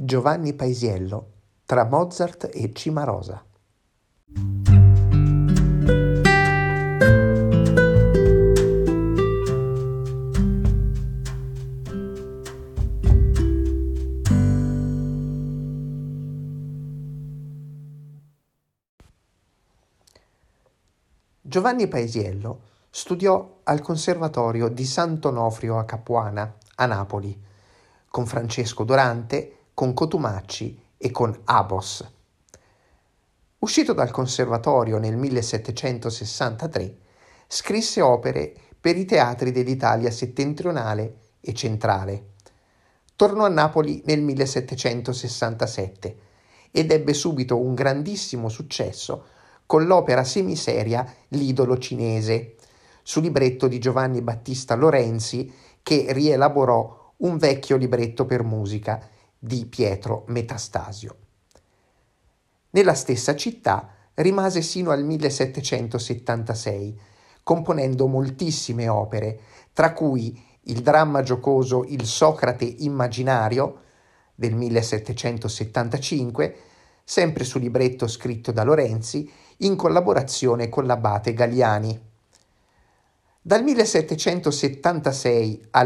Giovanni Paisiello, tra Mozart e Cimarosa. Giovanni Paisiello studiò al Conservatorio di Sant'Onofrio a Capuana, a Napoli, con Francesco Dorante, con Cotumacci e con Abos. Uscito dal conservatorio nel 1763, scrisse opere per i teatri dell'Italia settentrionale e centrale. Tornò a Napoli nel 1767 ed ebbe subito un grandissimo successo con l'opera semiseria L'idolo cinese, su libretto di Giovanni Battista Lorenzi, che rielaborò un vecchio libretto per musica di Pietro Metastasio. Nella stessa città rimase sino al 1776, componendo moltissime opere, tra cui il dramma giocoso Il Socrate immaginario del 1775, sempre su libretto scritto da Lorenzi, in collaborazione con l'abate Galliani. Dal 1776 al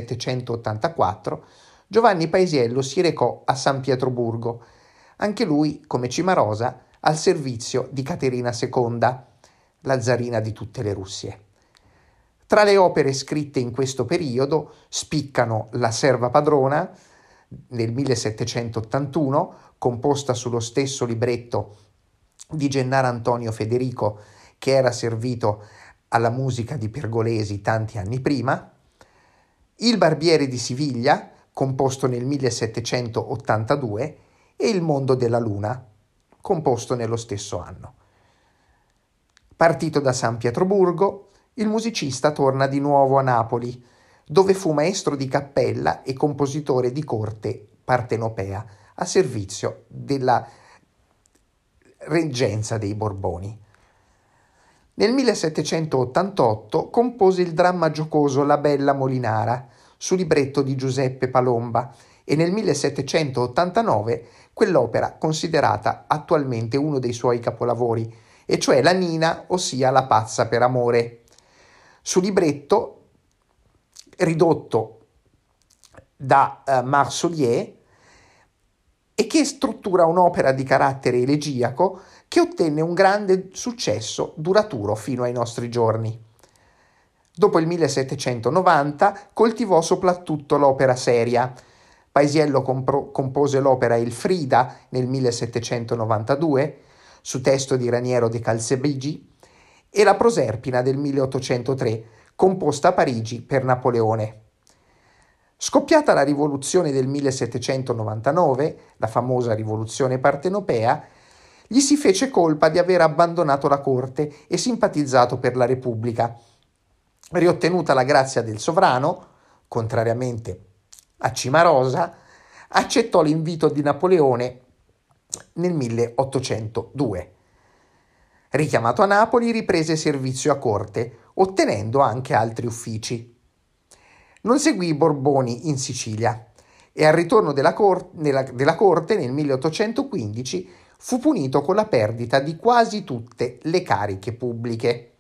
1784 Giovanni Paisiello si recò a San Pietroburgo, anche lui, come Cimarosa, al servizio di Caterina II, la zarina di tutte le Russie. Tra le opere scritte in questo periodo spiccano La serva padrona, nel 1781, composta sullo stesso libretto di Gennaro Antonio Federico, che era servito alla musica di Pergolesi tanti anni prima, Il barbiere di Siviglia, composto nel 1782, e Il mondo della luna, composto nello stesso anno. Partito da San Pietroburgo, il musicista torna di nuovo a Napoli, dove fu maestro di cappella e compositore di corte partenopea, a servizio della reggenza dei Borboni. Nel 1788 compose il dramma giocoso La bella Molinara, su libretto di Giuseppe Palomba, e nel 1789 quell'opera considerata attualmente uno dei suoi capolavori, e cioè La Nina, ossia La pazza per amore, su libretto ridotto da Marsolier, e che struttura un'opera di carattere elegiaco che ottenne un grande successo duraturo fino ai nostri giorni. Dopo il 1790 coltivò soprattutto l'opera seria. Paisiello compose l'opera Elfrida nel 1792, su testo di Raniero de Calzabigi, e la Proserpina del 1803, composta a Parigi per Napoleone. Scoppiata la rivoluzione del 1799, la famosa rivoluzione partenopea, gli si fece colpa di aver abbandonato la corte e simpatizzato per la Repubblica. Riottenuta la grazia del sovrano, contrariamente a Cimarosa, accettò l'invito di Napoleone nel 1802. Richiamato a Napoli, riprese servizio a corte, ottenendo anche altri uffici. Non seguì i Borboni in Sicilia e al ritorno della corte nel 1815 fu punito con la perdita di quasi tutte le cariche pubbliche.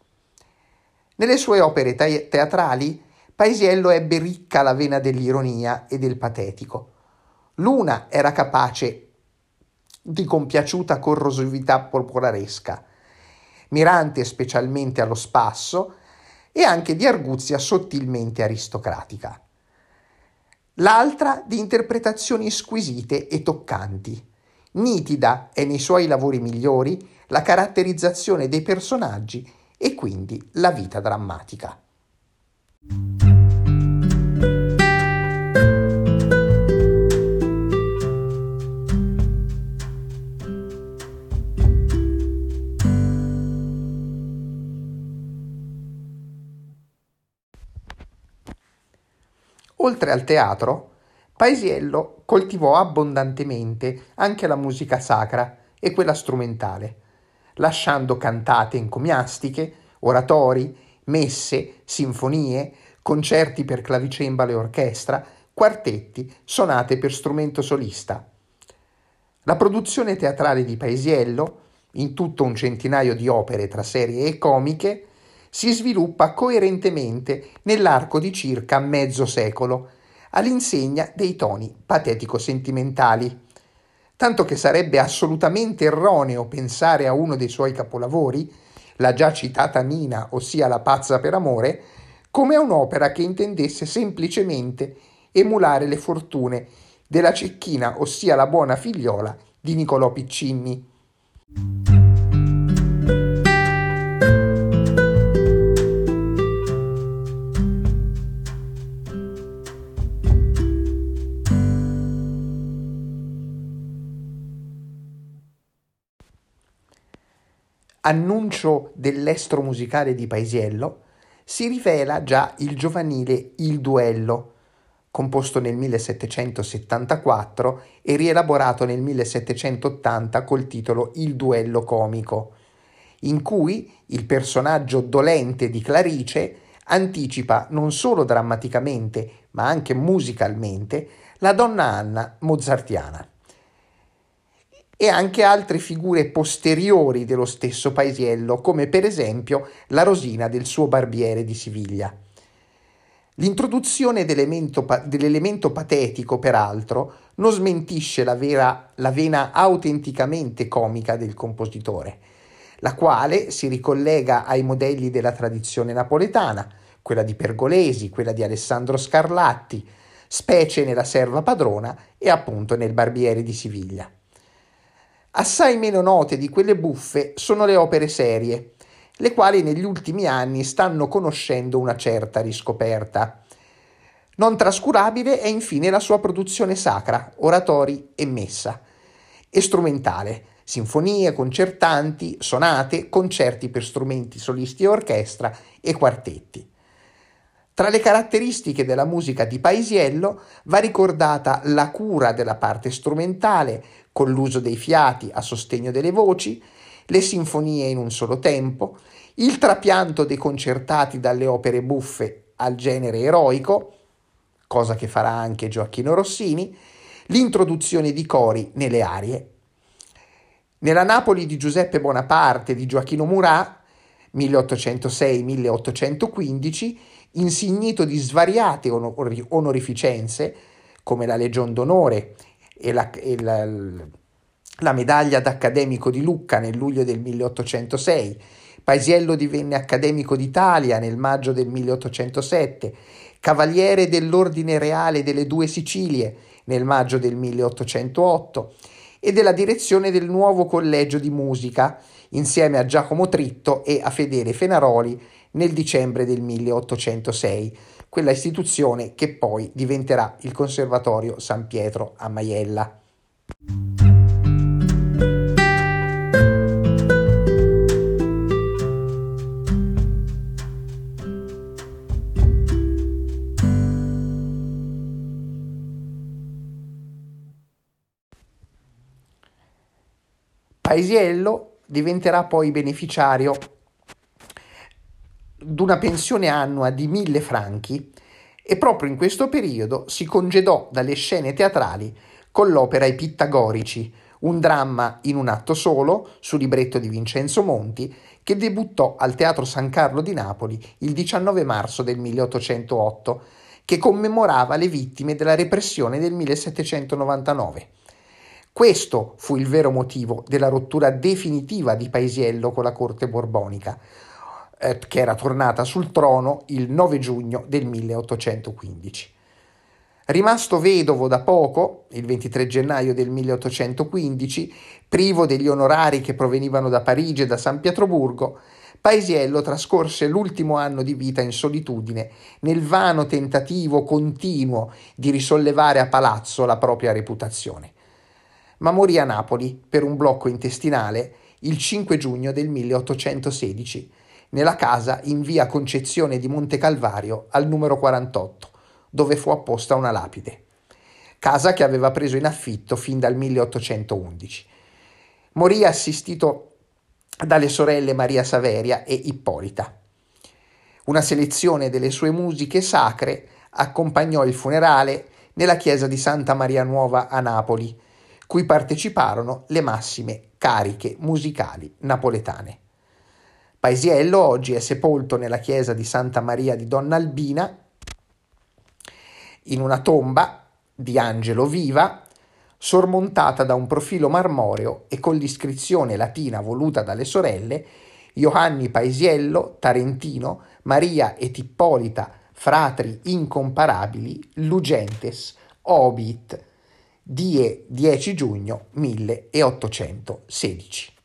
Nelle sue opere teatrali Paisiello ebbe ricca la vena dell'ironia e del patetico. L'una era capace di compiaciuta corrosività popolaresca, mirante specialmente allo spasso, e anche di arguzia sottilmente aristocratica. L'altra di interpretazioni squisite e toccanti. Nitida è nei suoi lavori migliori la caratterizzazione dei personaggi e quindi la vita drammatica. Oltre al teatro, Paisiello coltivò abbondantemente anche la musica sacra e quella strumentale, lasciando cantate encomiastiche, oratori, messe, sinfonie, concerti per clavicembalo e orchestra, quartetti, sonate per strumento solista. La produzione teatrale di Paisiello, in tutto un centinaio di opere tra serie e comiche, si sviluppa coerentemente nell'arco di circa mezzo secolo, all'insegna dei toni patetico-sentimentali, tanto che sarebbe assolutamente erroneo pensare a uno dei suoi capolavori, la già citata Mina, ossia La pazza per amore, come a un'opera che intendesse semplicemente emulare le fortune della Cecchina, ossia la buona figliola di Niccolò Piccinni. Annuncio dell'estro musicale di Paisiello, si rivela già il giovanile Il Duello, composto nel 1774 e rielaborato nel 1780 col titolo Il Duello comico, in cui il personaggio dolente di Clarice anticipa non solo drammaticamente, ma anche musicalmente, la donna Anna mozartiana, e anche altre figure posteriori dello stesso Paisiello, come per esempio la Rosina del suo barbiere di Siviglia. L'introduzione dell'elemento patetico, peraltro, non smentisce la vena autenticamente comica del compositore, la quale si ricollega ai modelli della tradizione napoletana, quella di Pergolesi, quella di Alessandro Scarlatti, specie nella Serva padrona e appunto nel Barbiere di Siviglia. Assai meno note di quelle buffe sono le opere serie, le quali negli ultimi anni stanno conoscendo una certa riscoperta. Non trascurabile è infine la sua produzione sacra, oratori e messa, e strumentale, sinfonie, concertanti, sonate, concerti per strumenti solisti e orchestra e quartetti. Tra le caratteristiche della musica di Paisiello va ricordata la cura della parte strumentale, con l'uso dei fiati a sostegno delle voci, le sinfonie in un solo tempo, il trapianto dei concertati dalle opere buffe al genere eroico, cosa che farà anche Gioacchino Rossini, l'introduzione di cori nelle arie. Nella Napoli di Giuseppe Bonaparte di Gioacchino Murat, 1806-1815, insignito di svariate onorificenze, come la Legion d'Onore e la medaglia d'accademico di Lucca nel luglio del 1806. Paisiello divenne accademico d'Italia nel maggio del 1807, cavaliere dell'Ordine Reale delle Due Sicilie nel maggio del 1808 e della direzione del nuovo collegio di musica insieme a Giacomo Tritto e a Fedele Fenaroli nel dicembre del 1806, quella istituzione che poi diventerà il Conservatorio San Pietro a Maiella. Paisiello diventerà poi beneficiario d'una pensione annua di 1.000 franchi e proprio in questo periodo si congedò dalle scene teatrali con l'opera I Pittagorici, un dramma in un atto solo su libretto di Vincenzo Monti che debuttò al Teatro San Carlo di Napoli il 19 marzo del 1808, che commemorava le vittime della repressione del 1799. Questo fu il vero motivo della rottura definitiva di Paisiello con la corte borbonica, che era tornata sul trono il 9 giugno del 1815. Rimasto vedovo da poco, il 23 gennaio del 1815, privo degli onorari che provenivano da Parigi e da San Pietroburgo, Paisiello trascorse l'ultimo anno di vita in solitudine, nel vano tentativo continuo di risollevare a palazzo la propria reputazione. Ma morì a Napoli per un blocco intestinale il 5 giugno del 1816, nella casa in via Concezione di Montecalvario al numero 48, dove fu apposta una lapide, casa che aveva preso in affitto fin dal 1811. Morì assistito dalle sorelle Maria Saveria e Ippolita. Una selezione delle sue musiche sacre accompagnò il funerale nella chiesa di Santa Maria Nuova a Napoli, cui parteciparono le massime cariche musicali napoletane. Paisiello oggi è sepolto nella chiesa di Santa Maria di Donna Albina, in una tomba di Angelo viva, sormontata da un profilo marmoreo e con l'iscrizione latina voluta dalle sorelle Ioanni Paisiello, Tarentino, Maria et Ippolita, fratri incomparabili, Lugentes, Obit, die 10 giugno 1816.